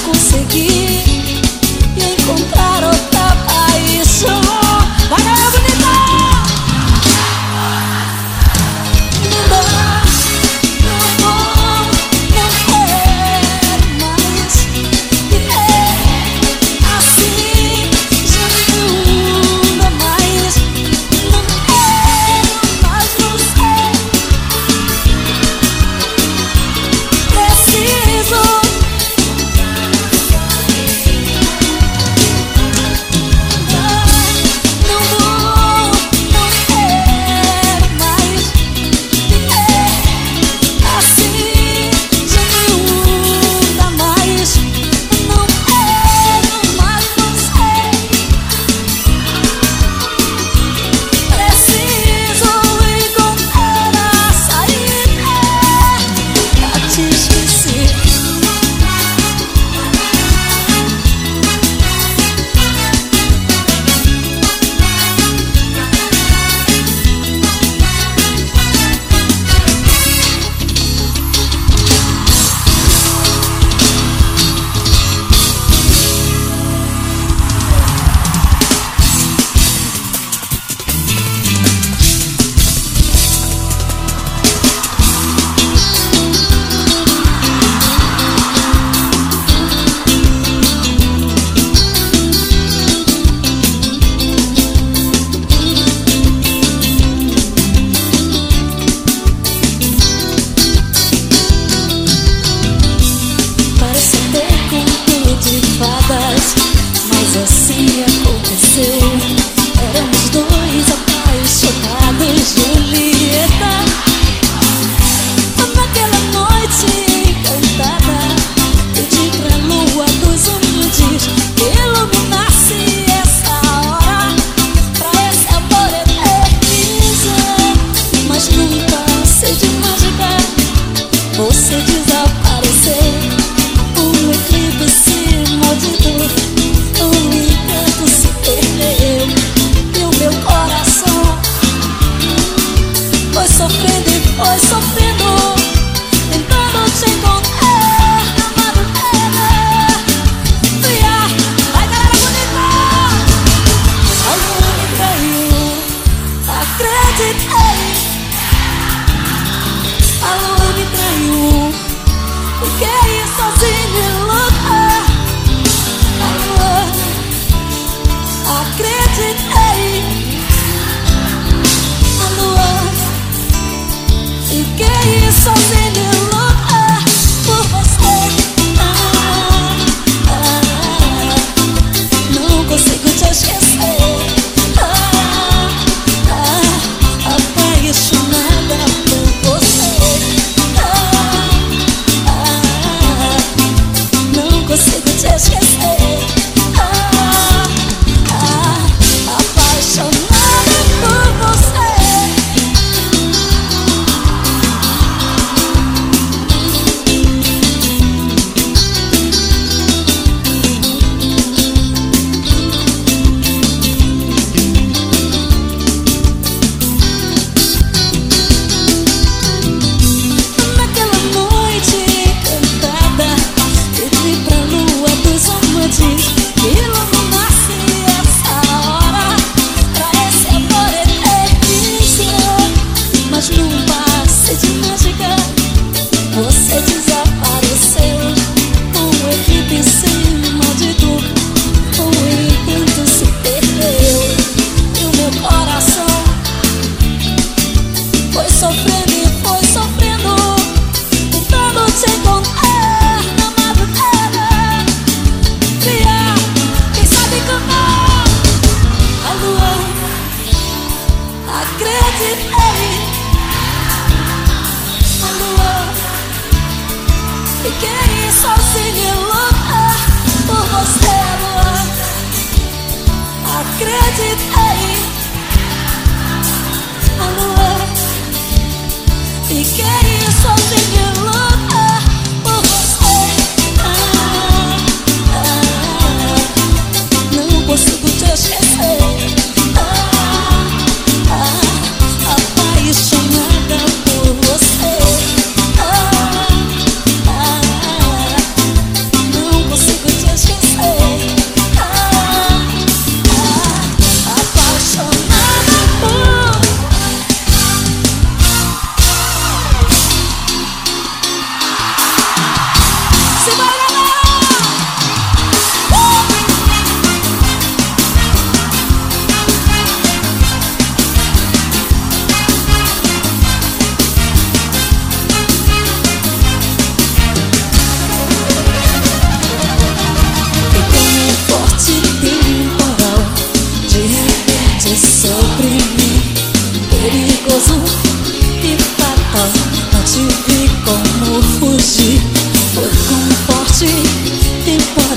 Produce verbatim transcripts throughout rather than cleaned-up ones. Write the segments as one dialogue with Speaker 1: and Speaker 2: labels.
Speaker 1: Yeah.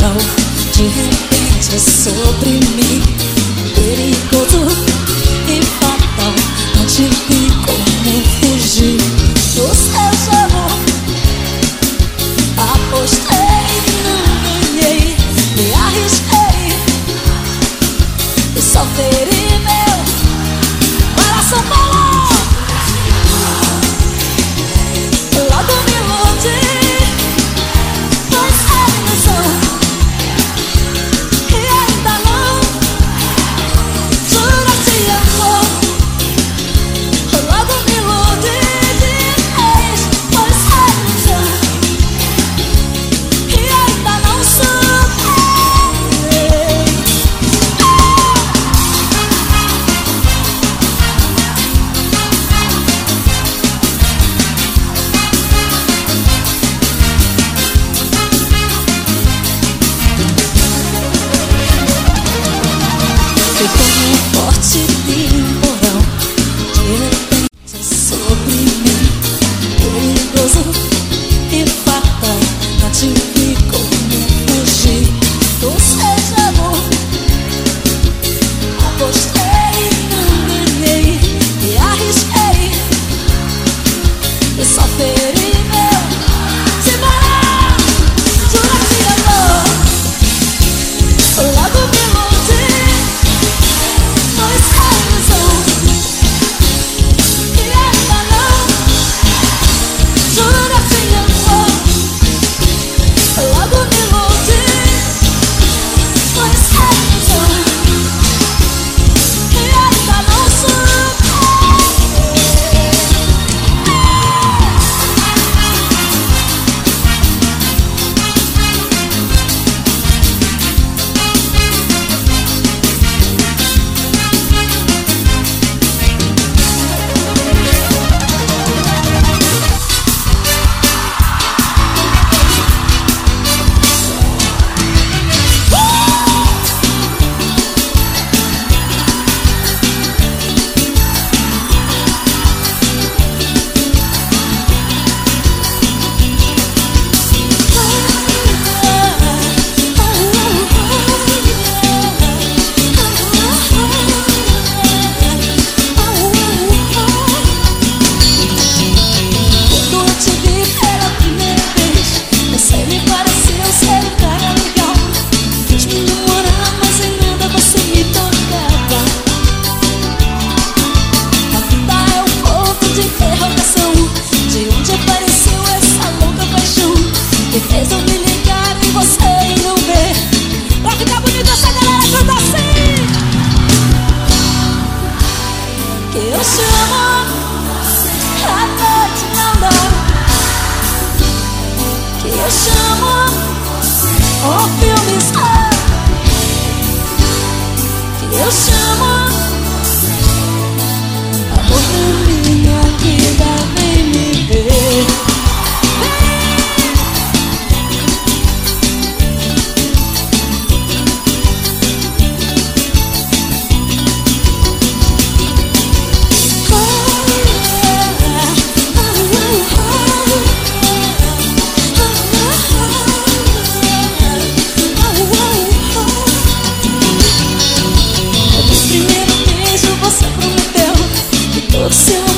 Speaker 1: temporal, de repente é sobre mim, perigoso e fatal. Não tive como fugir do seu amor. Apostei, não ganhei, me arrisquei e só feri meu coração. Falou, logo me iludi, pois era ilusão e ainda não jura te amor. Logo me iludi de vez, pois era ilusão e ainda não superei. Foi como um forte temporal, de repente é sobre mim, perigoso e fatal. Não tive como fugir do seu amor. Apostei, não ganhei, me arrisquei e só feri meu Simbora, jura te amor. Logo me iludi, pois é ilusão e ainda não jura te amor. Logo me iludi, pois é ilusão e ainda não superei. Quando eu te vi pela primeira vez, você me pareceu ser um cara legal. Mesmo não morar mais em nada, você me tocava. A vida é um ponto de interrogação, de onde apareceu essa louca paixão que fez eu me ligar em você e não ver. Pra ficar bonita essa galera canta assim: que eu chamo a noite não dá, que eu chamo o filme só, que eu chamo amor da minha vida. Vem me ver, no primeiro beijo você prometeu que todo seu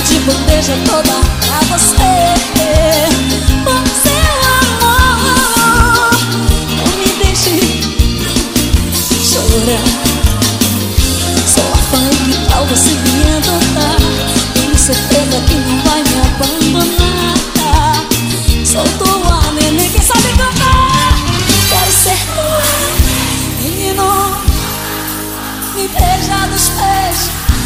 Speaker 1: de bandeja toda pra você. O seu amor, não me deixe chorar. Sou a fã que tal você me adotar. Tenho certeza que não vai me abandonar. Sou tua neném, quem sabe cantar. Quero ser tua, menino, me beija dos pés.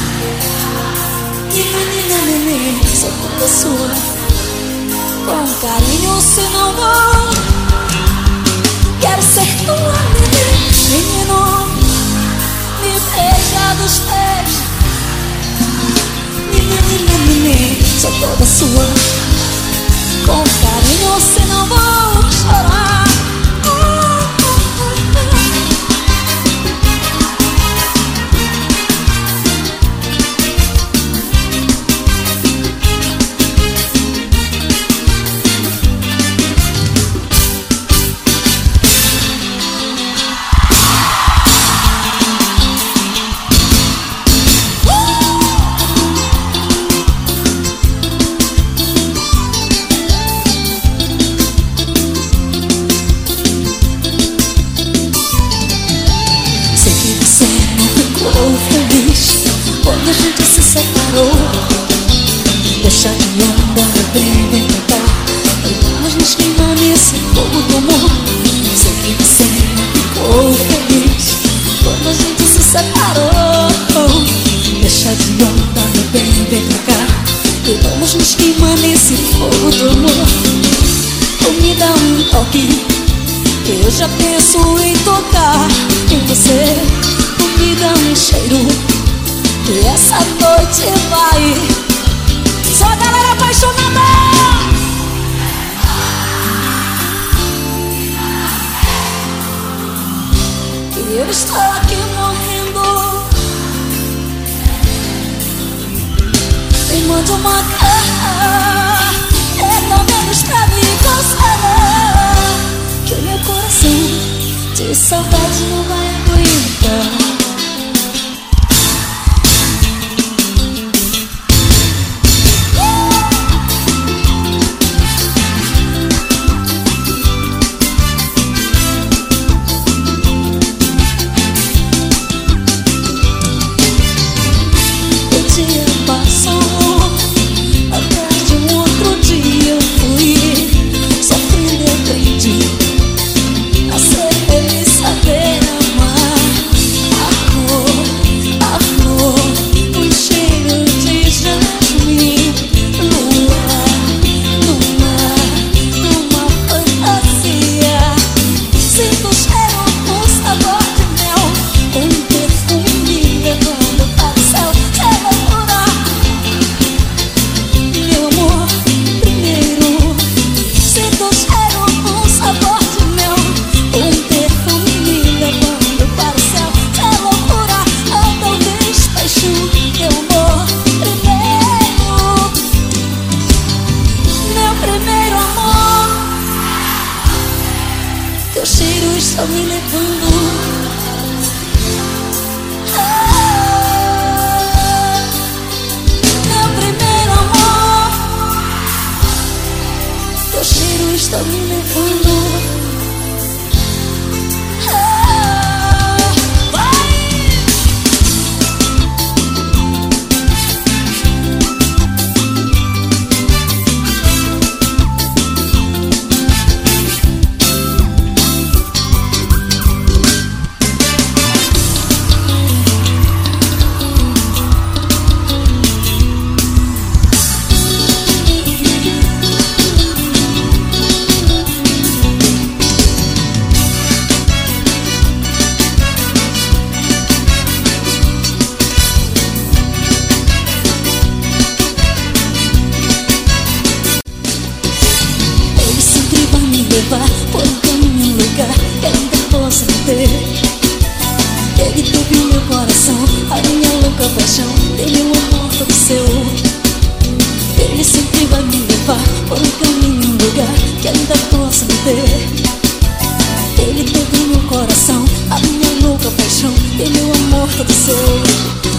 Speaker 1: Menina, neném, sou toda sua. Com carinho, se não vou. Quero ser tua, neném, menino, me beija dos pés. Menina, neném, sou toda sua. Com carinho, se não vou chorar. Quando a gente se separou, deixa de andar, bem, vem pra cá. Vamos nos queimar nesse fogo do amor. Sei que você ficou feliz quando a gente se separou. Deixa de andar, bem, vem pra cá. E vamos nos queimar nesse fogo do amor. Ou me dá um toque, que eu já penso em tocar em você. Ou me dá um cheiro, e essa noite vai. Só a galera apaixonada. E eu estou aqui morrendo. Me mande uma carta, é também escreve você, que o meu coração de saudade não vai aguentar. Teu cheiro está me levando. Ah, meu primeiro amor. Teu cheiro está me levando. Ah, vai! Levar por um caminho, um lugar que ainda possa ter. Ele teve o meu coração, a minha louca paixão. Ele é o amor todo seu. Ele sempre vai me levar por um caminho, um lugar que ainda possa ter. Ele teve o meu coração, a minha louca paixão. Ele é o amor todo seu.